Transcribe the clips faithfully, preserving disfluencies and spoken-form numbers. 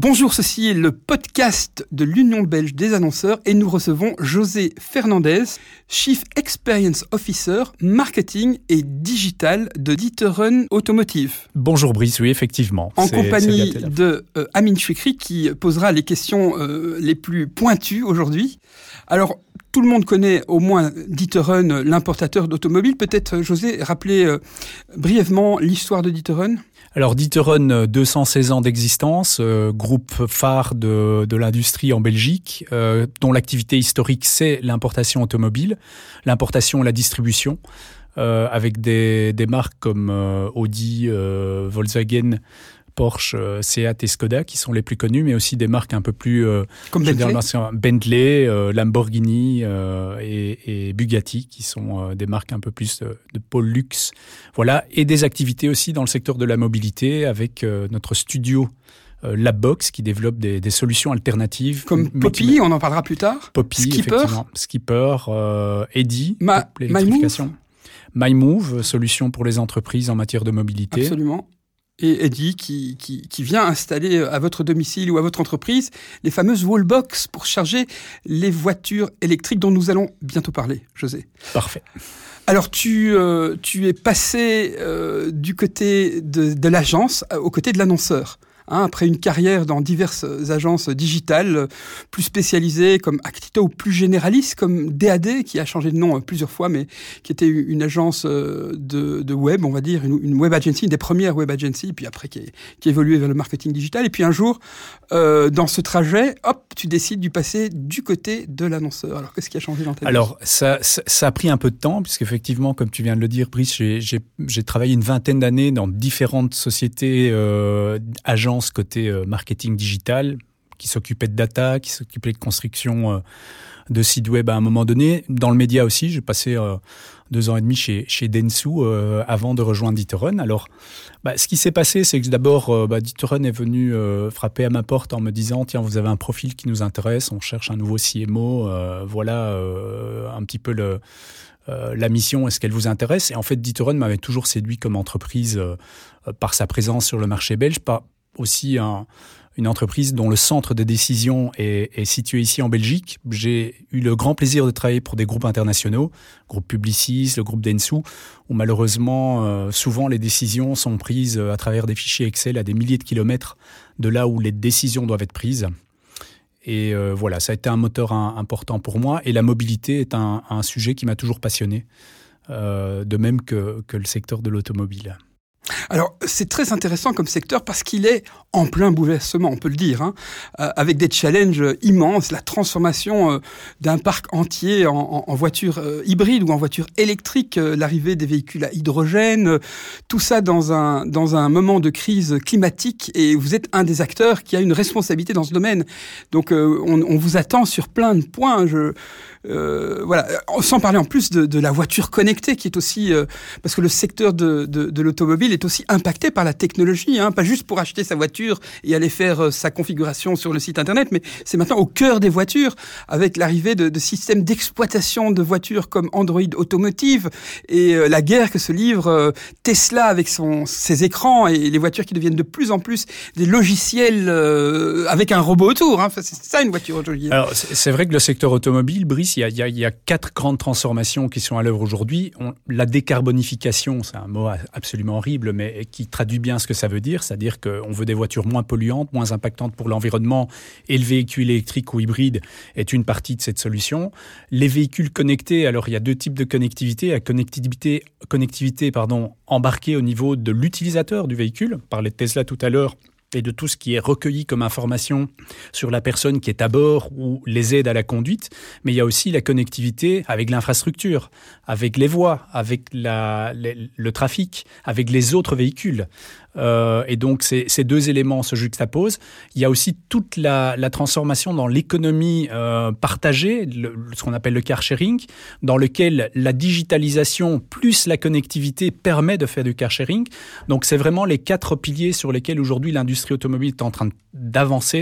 Bonjour, ceci est le podcast de l'Union belge des annonceurs et nous recevons José Fernandez, Chief Experience Officer, Marketing et Digital de D'Ieteren Automotive. Bonjour Brice, oui effectivement. En c'est, compagnie c'est de euh, Amine Chouikri qui posera les questions euh, les plus pointues aujourd'hui. Alors, tout le monde connaît au moins D'Ieteren, l'importateur d'automobiles. Peut-être, José, rappeler euh, brièvement l'histoire de D'Ieteren. Alors D'Ieteren, deux cent seize ans d'existence, euh, groupe phare de, de l'industrie en Belgique, euh, dont l'activité historique c'est l'importation automobile, l'importation et la distribution, euh, avec des, des marques comme euh, Audi, euh, Volkswagen, Porsche, euh, Seat et Skoda qui sont les plus connus, mais aussi des marques un peu plus euh, comme Bentley, Bentley euh, Lamborghini euh, et, et Bugatti qui sont euh, des marques un peu plus de, de pôle luxe. Voilà, et des activités aussi dans le secteur de la mobilité avec euh, notre studio euh, Labbox qui développe des, des solutions alternatives. Comme Poppy, on en parlera plus tard. Poppy, Skipper, effectivement. Skipper, euh, Eddy, Ma- pour l'électrification. MyMove. MyMove, solution pour les entreprises en matière de mobilité. Absolument. Et Eddy qui, qui, qui vient installer à votre domicile ou à votre entreprise les fameuses wallbox pour charger les voitures électriques dont nous allons bientôt parler, José. Parfait. Alors, tu, euh, tu es passé euh, du côté de, de l'agence au côté de l'annonceur. Hein, après une carrière dans diverses agences digitales plus spécialisées comme Actito ou plus généralistes comme D A D qui a changé de nom plusieurs fois mais qui était une agence de, de web, on va dire, une, une web agency, une des premières web agencies, puis après qui, est, qui a évolué vers le marketing digital. Et puis un jour, euh, dans ce trajet, hop, tu décides de passer du côté de l'annonceur. Alors qu'est-ce qui a changé dans ta vie ? Alors ça, ça, ça a pris un peu de temps puisqu'effectivement, comme tu viens de le dire, Brice, j'ai, j'ai, j'ai travaillé une vingtaine d'années dans différentes sociétés, euh, agences côté euh, marketing digital, qui s'occupait de data, qui s'occupait de construction euh, de sites web à un moment donné. Dans le média aussi, j'ai passé euh, deux ans et demi chez, chez Dentsu euh, avant de rejoindre D'Ieteren. Alors, bah, ce qui s'est passé, c'est que d'abord, euh, bah, D'Ieteren est venu euh, frapper à ma porte en me disant « Tiens, vous avez un profil qui nous intéresse, on cherche un nouveau C M O, euh, voilà euh, un petit peu le... Euh, la mission, est-ce qu'elle vous intéresse ?» Et en fait, D'Ieteren m'avait toujours séduit comme entreprise euh, par sa présence sur le marché belge, par aussi un, une entreprise dont le centre de décision est, est situé ici en Belgique. J'ai eu le grand plaisir de travailler pour des groupes internationaux, le groupe Publicis, le groupe Dentsu, où malheureusement, euh, souvent les décisions sont prises à travers des fichiers Excel à des milliers de kilomètres de là où les décisions doivent être prises. Et euh, voilà, ça a été un moteur un, important pour moi. Et la mobilité est un, un sujet qui m'a toujours passionné, euh, de même que, que le secteur de l'automobile. Alors, c'est très intéressant comme secteur parce qu'il est en plein bouleversement, on peut le dire, hein, euh, avec des challenges immenses, la transformation euh, d'un parc entier en, en, en voitures euh, hybrides ou en voitures électriques, euh, l'arrivée des véhicules à hydrogène, euh, tout ça dans un, dans un moment de crise climatique et vous êtes un des acteurs qui a une responsabilité dans ce domaine. Donc, euh, on, on vous attend sur plein de points. Je, euh, voilà, sans parler en plus de, de la voiture connectée qui est aussi, euh, parce que le secteur de, de, de l'automobile est aussi impacté par la technologie, hein, pas juste pour acheter sa voiture et aller faire euh, sa configuration sur le site internet, mais c'est maintenant au cœur des voitures avec l'arrivée de, de systèmes d'exploitation de voitures comme Android Automotive et euh, la guerre que se livre euh, Tesla avec son, ses écrans et les voitures qui deviennent de plus en plus des logiciels euh, avec un robot autour. Hein. Enfin, c'est ça une voiture aujourd'hui. Alors c'est, c'est vrai que le secteur automobile, Brice, il y a, il y a, il y a quatre grandes transformations qui sont à l'œuvre aujourd'hui. On, la décarbonification, c'est un mot absolument horrible, mais qui traduit bien ce que ça veut dire, c'est-à-dire qu'on veut des voitures moins polluantes, moins impactantes pour l'environnement, et le véhicule électrique ou hybride est une partie de cette solution. Les véhicules connectés, alors il y a deux types de connectivité, la connectivité, connectivité pardon, embarquée au niveau de l'utilisateur du véhicule, on parlait de Tesla tout à l'heure, et de tout ce qui est recueilli comme information sur la personne qui est à bord ou les aides à la conduite, mais il y a aussi la connectivité avec l'infrastructure, avec les voies, avec la, les, le trafic, avec les autres véhicules. Euh, et donc, ces, ces deux éléments se juxtaposent. Il y a aussi toute la, la transformation dans l'économie euh, partagée, le, ce qu'on appelle le car sharing, dans lequel la digitalisation plus la connectivité permet de faire du car sharing. Donc, c'est vraiment les quatre piliers sur lesquels aujourd'hui l'industrie automobile est en train d'avancer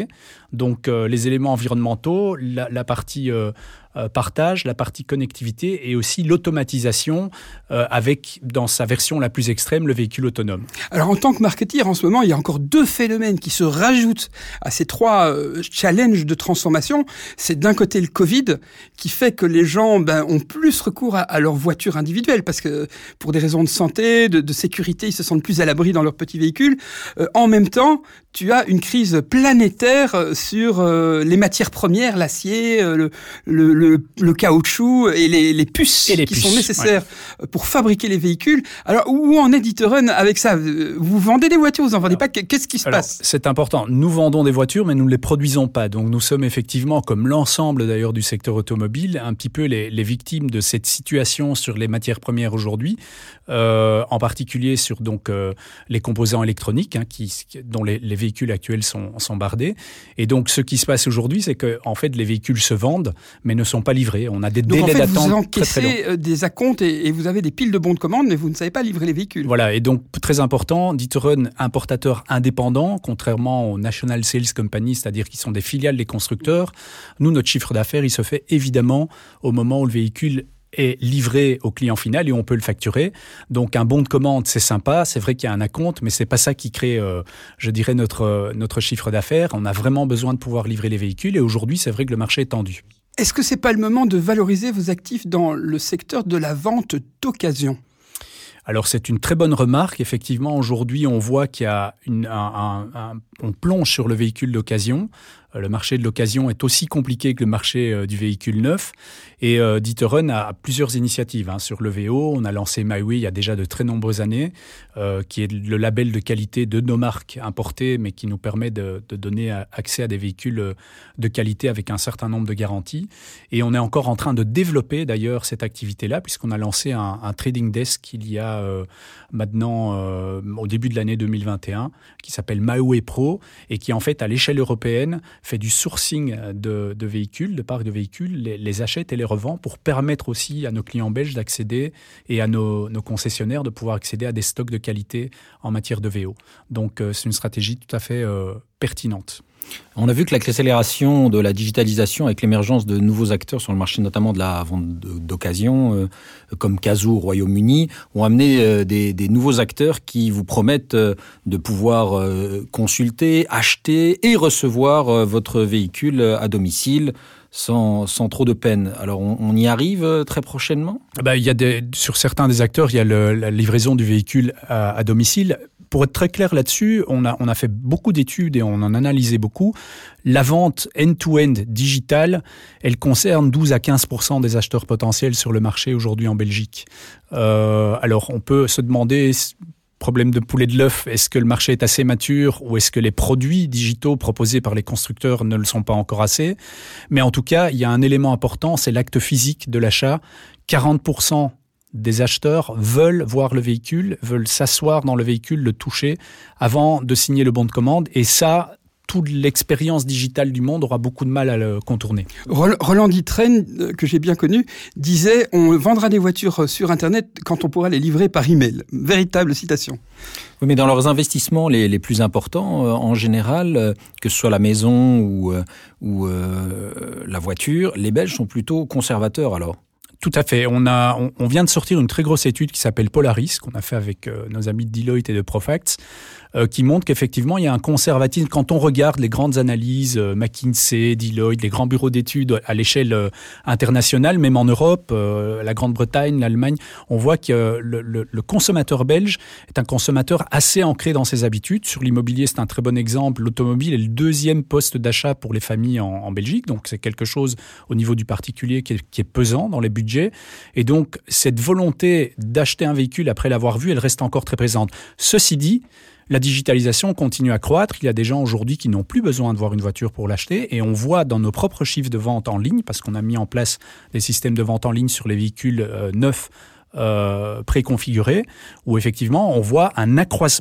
Donc euh, les éléments environnementaux, la, la partie euh, euh, partage, la partie connectivité et aussi l'automatisation euh, avec, dans sa version la plus extrême, le véhicule autonome. Alors en tant que marketeur, en ce moment, il y a encore deux phénomènes qui se rajoutent à ces trois euh, challenges de transformation. C'est d'un côté le Covid qui fait que les gens ben, ont plus recours à, à leur voiture individuelle parce que pour des raisons de santé, de, de sécurité, ils se sentent plus à l'abri dans leur petit véhicule. Euh, en même temps, tu as une crise planétaire sur euh, les matières premières, l'acier, euh, le, le, le, le caoutchouc et les, les puces et les qui puces, sont nécessaires ouais. pour fabriquer les véhicules. Alors, où en est D'Ieteren avec ça? Vous vendez des voitures, vous en vendez alors, pas? Qu'est-ce qui se alors, passe? C'est important. Nous vendons des voitures, mais nous ne les produisons pas. Donc, nous sommes effectivement, comme l'ensemble d'ailleurs du secteur automobile, un petit peu les, les victimes de cette situation sur les matières premières aujourd'hui, euh, en particulier sur donc euh, les composants électroniques, hein, qui, dont les, les véhicules actuels sont, sont bardés. Et donc, ce qui se passe aujourd'hui, c'est que en fait, les véhicules se vendent, mais ne sont pas livrés. On a des donc, délais en fait, d'attente vous encaissez très, très longs. des acomptes et, et vous avez des piles de bons de commande, mais vous ne savez pas livrer les véhicules. Voilà, et donc très important, D'Ieteren, importateur indépendant, contrairement aux National Sales Company, c'est-à-dire qui sont des filiales des constructeurs. Nous, notre chiffre d'affaires, il se fait évidemment au moment où le véhicule est livré au client final et on peut le facturer. Donc un bon de commande, c'est sympa, c'est vrai qu'il y a un acompte, mais c'est pas ça qui crée, euh, je dirais, notre, euh, notre chiffre d'affaires. On a vraiment besoin de pouvoir livrer les véhicules et aujourd'hui, c'est vrai que le marché est tendu. Est-ce que c'est pas le moment de valoriser vos actifs dans le secteur de la vente d'occasion ? Alors c'est une très bonne remarque. Effectivement, aujourd'hui, on voit qu'il y a une, un, un, un, on plonge sur le véhicule d'occasion. Le marché de l'occasion est aussi compliqué que le marché euh, du véhicule neuf. Et euh, D'Ieteren a plusieurs initiatives hein, sur le V O. On a lancé MyWay il y a déjà de très nombreuses années, euh, qui est le label de qualité de nos marques importées, mais qui nous permet de, de donner accès à des véhicules de qualité avec un certain nombre de garanties. Et on est encore en train de développer d'ailleurs cette activité-là, puisqu'on a lancé un, un trading desk il y a euh, maintenant, euh, au début de l'année deux mille vingt et un, qui s'appelle MyWay Pro, et qui en fait, à l'échelle européenne, fait du sourcing de, de véhicules, de parcs de véhicules, les, les achète et les revend pour permettre aussi à nos clients belges d'accéder et à nos, nos concessionnaires de pouvoir accéder à des stocks de qualité en matière de V O. Donc euh, c'est une stratégie tout à fait euh, pertinente. On a vu que l'accélération de la digitalisation avec l'émergence de nouveaux acteurs sur le marché, notamment de la vente d'occasion, euh, comme Cazoo au Royaume-Uni, ont amené euh, des, des nouveaux acteurs qui vous promettent euh, de pouvoir euh, consulter, acheter et recevoir euh, votre véhicule à domicile sans, sans trop de peine. Alors, on, on y arrive euh, très prochainement ? Ben, il y a des, sur certains des acteurs, il y a le, la livraison du véhicule à, à domicile. Pour être très clair là-dessus, on a, on a fait beaucoup d'études et on en a analysé beaucoup. La vente end-to-end digitale, elle concerne douze à quinze pour cent des acheteurs potentiels sur le marché aujourd'hui en Belgique. Euh, alors, on peut se demander, problème de poulet de l'œuf, est-ce que le marché est assez mature ou est-ce que les produits digitaux proposés par les constructeurs ne le sont pas encore assez ? Mais en tout cas, il y a un élément important, c'est l'acte physique de l'achat. quarante pour cent des acheteurs veulent voir le véhicule, veulent s'asseoir dans le véhicule, le toucher avant de signer le bon de commande. Et ça, toute l'expérience digitale du monde aura beaucoup de mal à le contourner. Roland D'Ieteren, que j'ai bien connu, disait « On vendra des voitures sur Internet quand on pourra les livrer par email ». Véritable citation. Oui, mais dans leurs investissements les, les plus importants, euh, en général, euh, que ce soit la maison ou, euh, ou euh, la voiture, les Belges sont plutôt conservateurs alors. Tout à fait. On a, on, on vient de sortir une très grosse étude qui s'appelle Polaris, qu'on a fait avec euh, nos amis de Deloitte et de Profacts, euh, qui montre qu'effectivement, il y a un conservatisme. Quand on regarde les grandes analyses, euh, McKinsey, Deloitte, les grands bureaux d'études à l'échelle euh, internationale, même en Europe, euh, la Grande-Bretagne, l'Allemagne, on voit que euh, le, le, le consommateur belge est un consommateur assez ancré dans ses habitudes. Sur l'immobilier, c'est un très bon exemple. L'automobile est le deuxième poste d'achat pour les familles en, en Belgique. Donc, c'est quelque chose au niveau du particulier qui est, qui est pesant dans les budgets. Et donc, cette volonté d'acheter un véhicule après l'avoir vu, elle reste encore très présente. Ceci dit, la digitalisation continue à croître. Il y a des gens aujourd'hui qui n'ont plus besoin de voir une voiture pour l'acheter. Et on voit dans nos propres chiffres de vente en ligne, parce qu'on a mis en place des systèmes de vente en ligne sur les véhicules euh, neufs, Euh, préconfigurés, où effectivement on voit un accroissement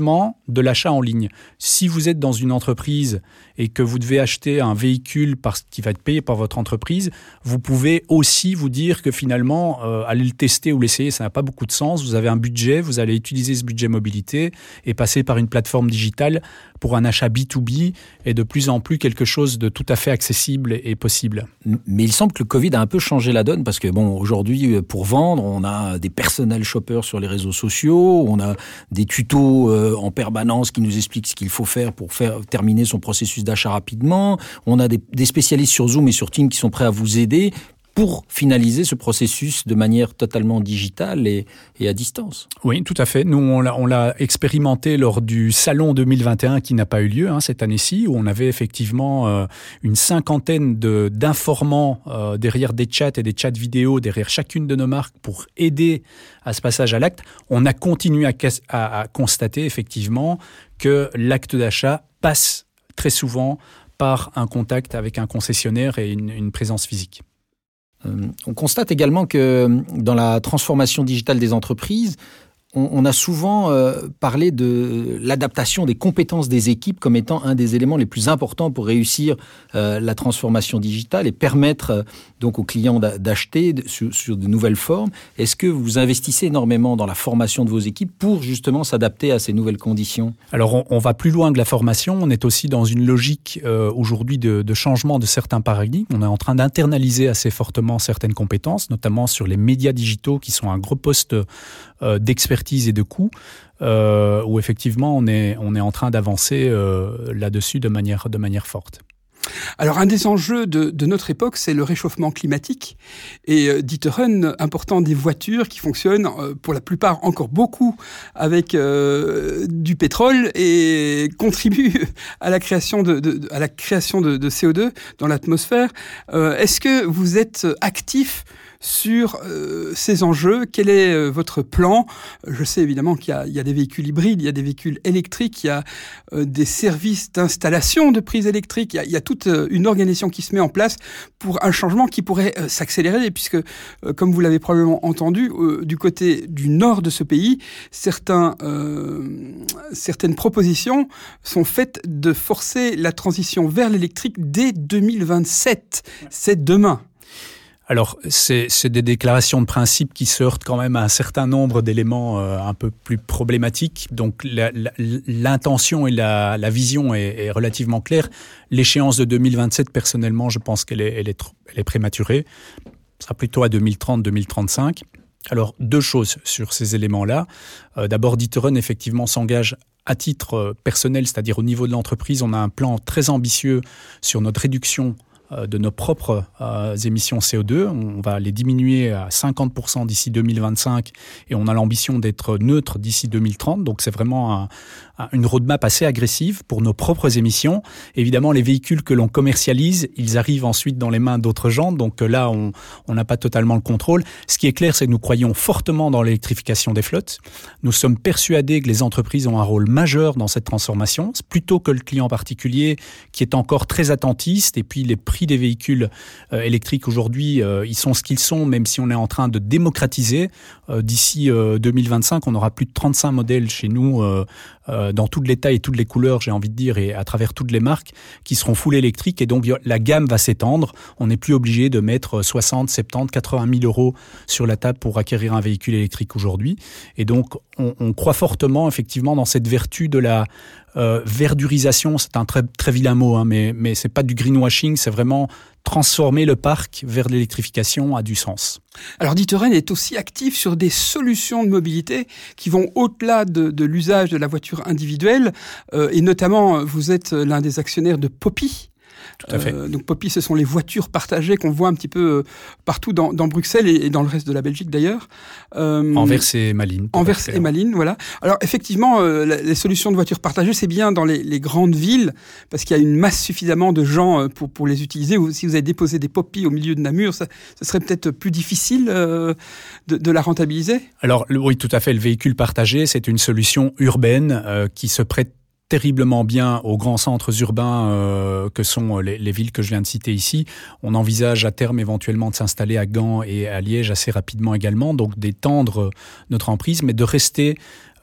de l'achat en ligne. Si vous êtes dans une entreprise et que vous devez acheter un véhicule parce, qui va être payé par votre entreprise, vous pouvez aussi vous dire que finalement, euh, aller le tester ou l'essayer, ça n'a pas beaucoup de sens. Vous avez un budget, vous allez utiliser ce budget mobilité et passer par une plateforme digitale pour un achat B deux B est de plus en plus quelque chose de tout à fait accessible et possible. Mais il semble que le Covid a un peu changé la donne parce que bon, aujourd'hui, pour vendre, on a des personnel shoppers sur les réseaux sociaux, on a des tutos euh, en permanence qui nous expliquent ce qu'il faut faire pour faire terminer son processus d'achat rapidement. On a des, des spécialistes sur Zoom et sur Teams qui sont prêts à vous aider pour finaliser ce processus de manière totalement digitale et, et à distance. Oui, tout à fait. Nous, on l'a, on l'a expérimenté lors du Salon deux mille vingt et un qui n'a pas eu lieu hein, cette année-ci, où on avait effectivement euh, une cinquantaine de, d'informants euh, derrière des chats et des chats vidéo, derrière chacune de nos marques pour aider à ce passage à l'acte. On a continué à, à, à constater effectivement que l'acte d'achat passe très souvent par un contact avec un concessionnaire et une, une présence physique. Euh, on constate également que dans la transformation digitale des entreprises, on, on a souvent euh, parlé de l'adaptation des compétences des équipes comme étant un des éléments les plus importants pour réussir euh, la transformation digitale et permettre euh, donc aux clients d'a- d'acheter de, sur, sur de nouvelles formes. Est-ce que vous investissez énormément dans la formation de vos équipes pour justement s'adapter à ces nouvelles conditions ? Alors on, on va plus loin que la formation, on est aussi dans une logique euh, aujourd'hui de, de changement de certains paradigmes. On est en train d'internaliser assez fortement certaines compétences, notamment sur les médias digitaux qui sont un gros poste euh, d'expertise et de coût, euh, où effectivement on est, on est en train d'avancer euh, là-dessus de manière, de manière forte. Alors, un des enjeux de, de notre époque, c'est le réchauffement climatique. Et euh, D'Ieteren, important des voitures qui fonctionnent, euh, pour la plupart encore beaucoup, avec euh, du pétrole et contribuent à la création de, de, à la création de, de C O deux dans l'atmosphère. Euh, est-ce que vous êtes actif sur euh, ces enjeux? Quel est euh, votre plan? Je sais évidemment qu'il y a, il y a des véhicules hybrides, il y a des véhicules électriques, il y a euh, des services d'installation de prises électriques, il y a, il y a toute euh, une organisation qui se met en place pour un changement qui pourrait euh, s'accélérer, puisque, euh, comme vous l'avez probablement entendu, euh, du côté du nord de ce pays, certains, euh, certaines propositions sont faites de forcer la transition vers l'électrique dès deux mille vingt-sept. C'est demain. Alors, c'est, c'est des déclarations de principe qui se heurtent quand même à un certain nombre d'éléments euh, un peu plus problématiques. Donc, la, la, l'intention et la, la vision est, est relativement claire. L'échéance de deux mille vingt-sept, personnellement, je pense qu'elle est, elle est, elle est prématurée. Ce sera plutôt à deux mille trente, deux mille trente-cinq. Alors, deux choses sur ces éléments-là. Euh, d'abord, D'Ieteren, effectivement, s'engage à titre personnel, c'est-à-dire au niveau de l'entreprise. On a un plan très ambitieux sur notre réduction de nos propres euh, émissions C O deux. On va les diminuer à cinquante pour cent d'ici deux mille vingt-cinq et on a l'ambition d'être neutre d'ici deux mille trente. Donc c'est vraiment un, un, une roadmap assez agressive pour nos propres émissions. Évidemment, les véhicules que l'on commercialise, ils arrivent ensuite dans les mains d'autres gens. Donc là, on on n'a pas totalement le contrôle. Ce qui est clair, c'est que nous croyons fortement dans l'électrification des flottes. Nous sommes persuadés que les entreprises ont un rôle majeur dans cette transformation, plutôt que le client particulier qui est encore très attentiste. Et puis les prix des véhicules euh, électriques aujourd'hui, euh, ils sont ce qu'ils sont, même si on est en train de démocratiser. Euh, d'ici euh, deux mille vingt-cinq, on aura plus de trente-cinq modèles chez nous, euh, euh, dans toutes les tailles et toutes les couleurs, j'ai envie de dire, et à travers toutes les marques, qui seront full électriques. Et donc, la gamme va s'étendre. On n'est plus obligé de mettre soixante, soixante-dix, quatre-vingt mille euros sur la table pour acquérir un véhicule électrique aujourd'hui. Et donc, on, on croit fortement, effectivement, dans cette vertu de la Euh, verdurisation. C'est un très, très vilain mot, hein, mais, mais c'est pas du greenwashing, c'est vraiment transformer le parc vers l'électrification a du sens. Alors D'Ieteren est aussi actif sur des solutions de mobilité qui vont au-delà de, de l'usage de la voiture individuelle, euh, et notamment vous êtes l'un des actionnaires de Poppy. Tout à fait. Euh, donc Poppy, ce sont les voitures partagées qu'on voit un petit peu partout dans, dans Bruxelles et, et dans le reste de la Belgique d'ailleurs. Euh, Anvers et Malines. Anvers et Malines, voilà. Alors effectivement, euh, les solutions de voitures partagées, c'est bien dans les, les grandes villes parce qu'il y a une masse suffisamment de gens pour, pour les utiliser. Ou si vous avez déposé des Poppy au milieu de Namur, ça, ça serait peut-être plus difficile euh, de, de la rentabiliser. Alors oui, tout à fait. Le véhicule partagé, c'est une solution urbaine euh, qui se prête terriblement bien aux grands centres urbains euh, que sont les, les villes que je viens de citer ici. On envisage à terme éventuellement de s'installer à Gand et à Liège assez rapidement également, donc d'étendre notre emprise, mais de rester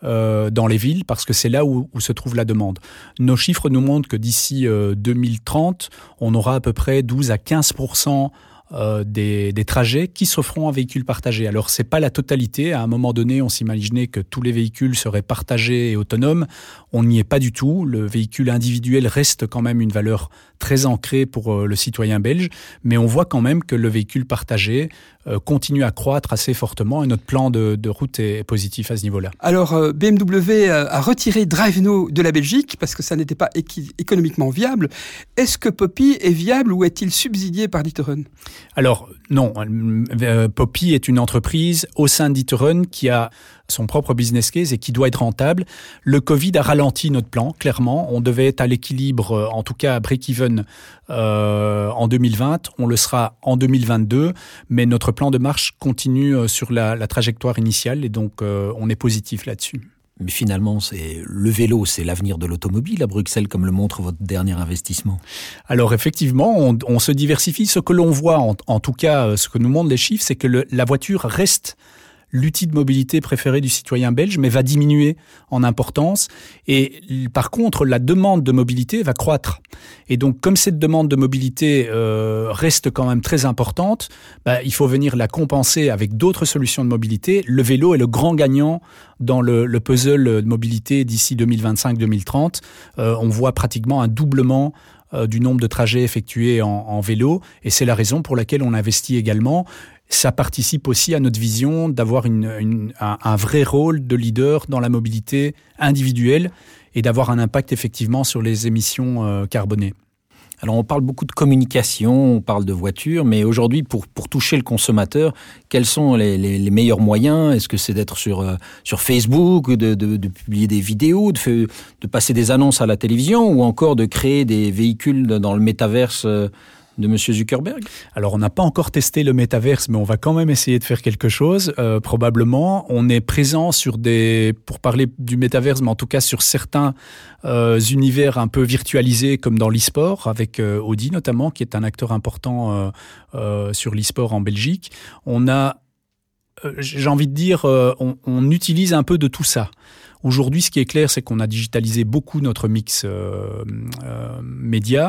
euh, dans les villes parce que c'est là où, où se trouve la demande. Nos chiffres nous montrent que d'ici euh, deux mille trente, on aura à peu près douze à quinze pour cent Euh, des, des trajets qui se feront en véhicule partagé. Alors, c'est pas la totalité. À un moment donné, on s'imaginait que tous les véhicules seraient partagés et autonomes. On n'y est pas du tout. Le véhicule individuel reste quand même une valeur très ancrée pour euh, le citoyen belge, mais on voit quand même que le véhicule partagé euh, continue à croître assez fortement et notre plan de, de route est positif à ce niveau-là. Alors, euh, B M W a retiré Driveno de la Belgique parce que ça n'était pas équi- économiquement viable. Est-ce que Poppy est viable ou est-il subsidié par D'Ieteren ? Alors, non. Euh, Poppy est une entreprise au sein d'D'Ieteren qui a son propre business case et qui doit être rentable. Le Covid a ralenti notre plan, clairement. On devait être à l'équilibre, en tout cas à break-even euh, en deux mille vingt. On le sera en deux mille vingt-deux, mais notre plan de marche continue sur la, la trajectoire initiale et donc euh, on est positif là-dessus. Mais finalement, c'est le vélo, c'est l'avenir de l'automobile à Bruxelles, comme le montre votre dernier investissement. Alors effectivement, on, on se diversifie. Ce que l'on voit, en, en tout cas, ce que nous montrent les chiffres, c'est que le, la voiture reste l'outil de mobilité préféré du citoyen belge, mais va diminuer en importance. Et par contre, la demande de mobilité va croître. Et donc, comme cette demande de mobilité euh, reste quand même très importante, bah, il faut venir la compenser avec d'autres solutions de mobilité. Le vélo est le grand gagnant dans le, le puzzle de mobilité d'ici deux mille vingt-cinq deux mille trente. Euh, on voit pratiquement un doublement euh, du nombre de trajets effectués en, en vélo. Et c'est la raison pour laquelle on investit également. Ça participe aussi à notre vision d'avoir une, une, un, un vrai rôle de leader dans la mobilité individuelle et d'avoir un impact effectivement sur les émissions euh, carbonées. Alors on parle beaucoup de communication, on parle de voitures, mais aujourd'hui pour, pour toucher le consommateur, quels sont les, les, les meilleurs moyens ? Est-ce que c'est d'être sur, euh, sur Facebook, de, de, de publier des vidéos, de, de passer des annonces à la télévision ou encore de créer des véhicules dans le métaverse euh, de M. Zuckerberg ? Alors, on n'a pas encore testé le métaverse, mais on va quand même essayer de faire quelque chose, euh, probablement. On est présent sur des, pour parler du métaverse, mais en tout cas sur certains euh, univers un peu virtualisés, comme dans l'e-sport, avec euh, Audi notamment, qui est un acteur important euh, euh, sur l'e-sport en Belgique. On a, euh, j'ai envie de dire, euh, on, on utilise un peu de tout ça. Aujourd'hui, ce qui est clair, c'est qu'on a digitalisé beaucoup notre mix euh, euh, média.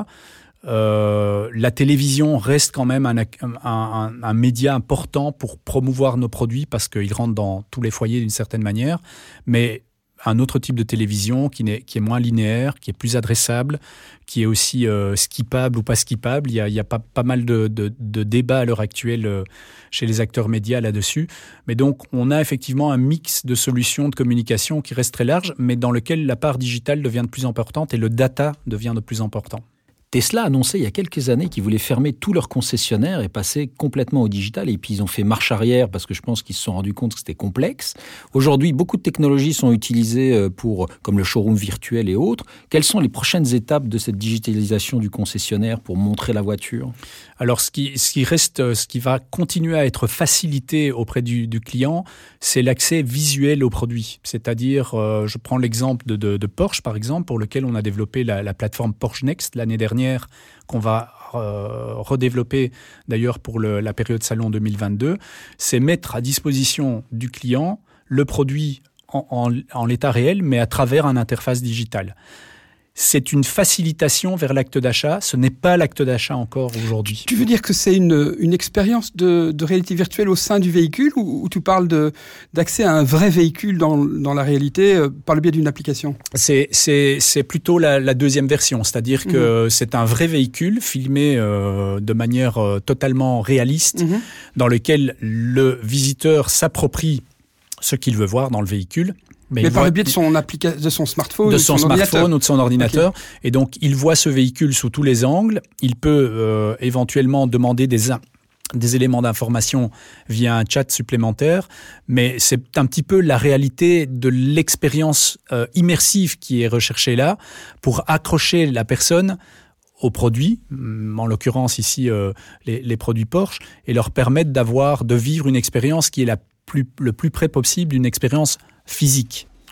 Euh, la télévision reste quand même un, un, un, un média important pour promouvoir nos produits parce qu'il rentre dans tous les foyers d'une certaine manière, mais un autre type de télévision qui, n'est, qui est moins linéaire, qui est plus adressable, qui est aussi euh, skippable ou pas skippable. Il y a, il y a pas, pas mal de, de, de débats à l'heure actuelle euh, chez les acteurs médias là-dessus. Mais donc, on a effectivement un mix de solutions de communication qui reste très large, mais dans lequel la part digitale devient de plus importante et le data devient de plus important. Tesla a annoncé il y a quelques années qu'ils voulaient fermer tous leurs concessionnaires et passer complètement au digital. Et puis, ils ont fait marche arrière parce que je pense qu'ils se sont rendus compte que c'était complexe. Aujourd'hui, beaucoup de technologies sont utilisées pour, comme le showroom virtuel et autres. Quelles sont les prochaines étapes de cette digitalisation du concessionnaire pour montrer la voiture ? Alors, ce qui, ce qui reste, ce qui va continuer à être facilité auprès du, du client, c'est l'accès visuel au produit. C'est-à-dire, euh, je prends l'exemple de, de, de Porsche, par exemple, pour lequel on a développé la, la plateforme Porsche Next l'année dernière, qu'on va euh, redévelopper d'ailleurs pour le, la période Salon deux mille vingt-deux. C'est mettre à disposition du client le produit en, en, en l'état réel, mais à travers une interface digitale. C'est une facilitation vers l'acte d'achat. Ce n'est pas l'acte d'achat encore aujourd'hui. Tu veux dire que c'est une, une expérience de, de réalité virtuelle au sein du véhicule ou, ou tu parles de, d'accès à un vrai véhicule dans, dans la réalité euh, par le biais d'une application ? C'est, c'est, c'est plutôt la, la deuxième version, c'est-à-dire que mmh. c'est un vrai véhicule filmé euh, de manière euh, totalement réaliste mmh. dans lequel le visiteur s'approprie ce qu'il veut voir dans le véhicule. Mais, Mais par voit, le biais de son, applica- de son smartphone, de son, son smartphone ou de son ordinateur. Okay. Et donc, il voit ce véhicule sous tous les angles. Il peut euh, éventuellement demander des, des éléments d'information via un chat supplémentaire. Mais c'est un petit peu la réalité de l'expérience euh, immersive qui est recherchée là pour accrocher la personne aux produits, en l'occurrence ici euh, les, les produits Porsche, et leur permettre d'avoir, de vivre une expérience qui est la plus, le plus près possible d'une expérience physique. Oui.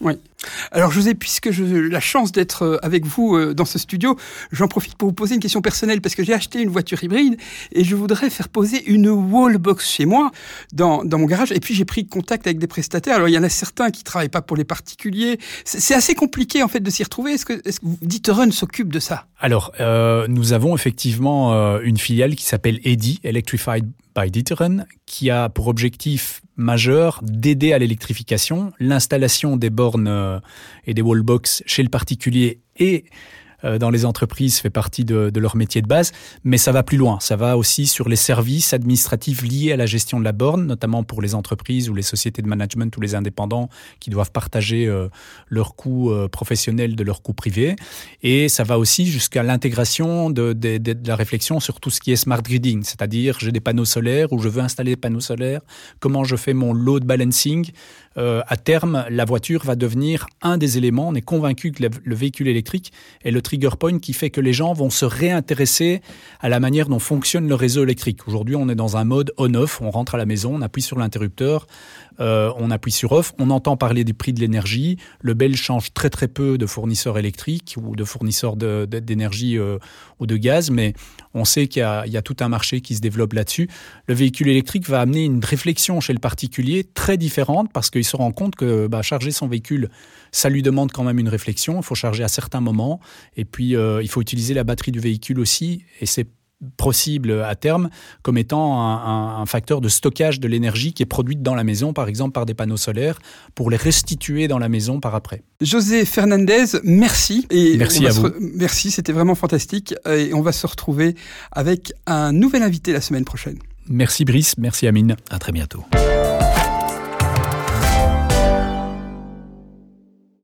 Alors José, puisque j'ai la chance d'être avec vous dans ce studio, j'en profite pour vous poser une question personnelle parce que j'ai acheté une voiture hybride et je voudrais faire poser une wallbox chez moi dans, dans mon garage. Et puis j'ai pris contact avec des prestataires. Alors il y en a certains qui travaillent pas pour les particuliers. C'est, c'est assez compliqué en fait de s'y retrouver. Est-ce que, est-ce que D'Ieteren s'occupe de ça? Alors euh, nous avons effectivement euh, une filiale qui s'appelle E D I, Electrified by D'Ieteren, qui a pour objectif majeur d'aider à l'électrification, l'installation des bornes euh, et des wallbox chez le particulier et euh, dans les entreprises fait partie de, de leur métier de base, mais ça va plus loin. Ça va aussi sur les services administratifs liés à la gestion de la borne, notamment pour les entreprises ou les sociétés de management ou les indépendants qui doivent partager euh, leurs coûts euh, professionnels de leurs coûts privés. Et ça va aussi jusqu'à l'intégration de, de, de, de la réflexion sur tout ce qui est smart gridding, c'est-à-dire j'ai des panneaux solaires ou je veux installer des panneaux solaires, comment je fais mon load balancing. Euh, à terme, la voiture va devenir un des éléments. On est convaincu que le, le véhicule électrique est le trigger point qui fait que les gens vont se réintéresser à la manière dont fonctionne le réseau électrique. Aujourd'hui, on est dans un mode on-off. On rentre à la maison, on appuie sur l'interrupteur, euh, on appuie sur off, on entend parler du prix de l'énergie. Le Belge change très très peu de fournisseurs électriques ou de fournisseurs de, de, d'énergie euh, ou de gaz, mais on sait qu'il y a, il y a tout un marché qui se développe là-dessus. Le véhicule électrique va amener une réflexion chez le particulier très différente parce qu'il se rend compte que bah, charger son véhicule, ça lui demande quand même une réflexion. Il faut charger à certains moments et puis euh, il faut utiliser la batterie du véhicule aussi et c'est possible à terme comme étant un, un, un facteur de stockage de l'énergie qui est produite dans la maison, par exemple par des panneaux solaires, pour les restituer dans la maison par après. José Fernandez, merci. Et merci à vous. Re... Merci, c'était vraiment fantastique. Et on va se retrouver avec un nouvel invité la semaine prochaine. Merci Brice, merci Amine. À très bientôt.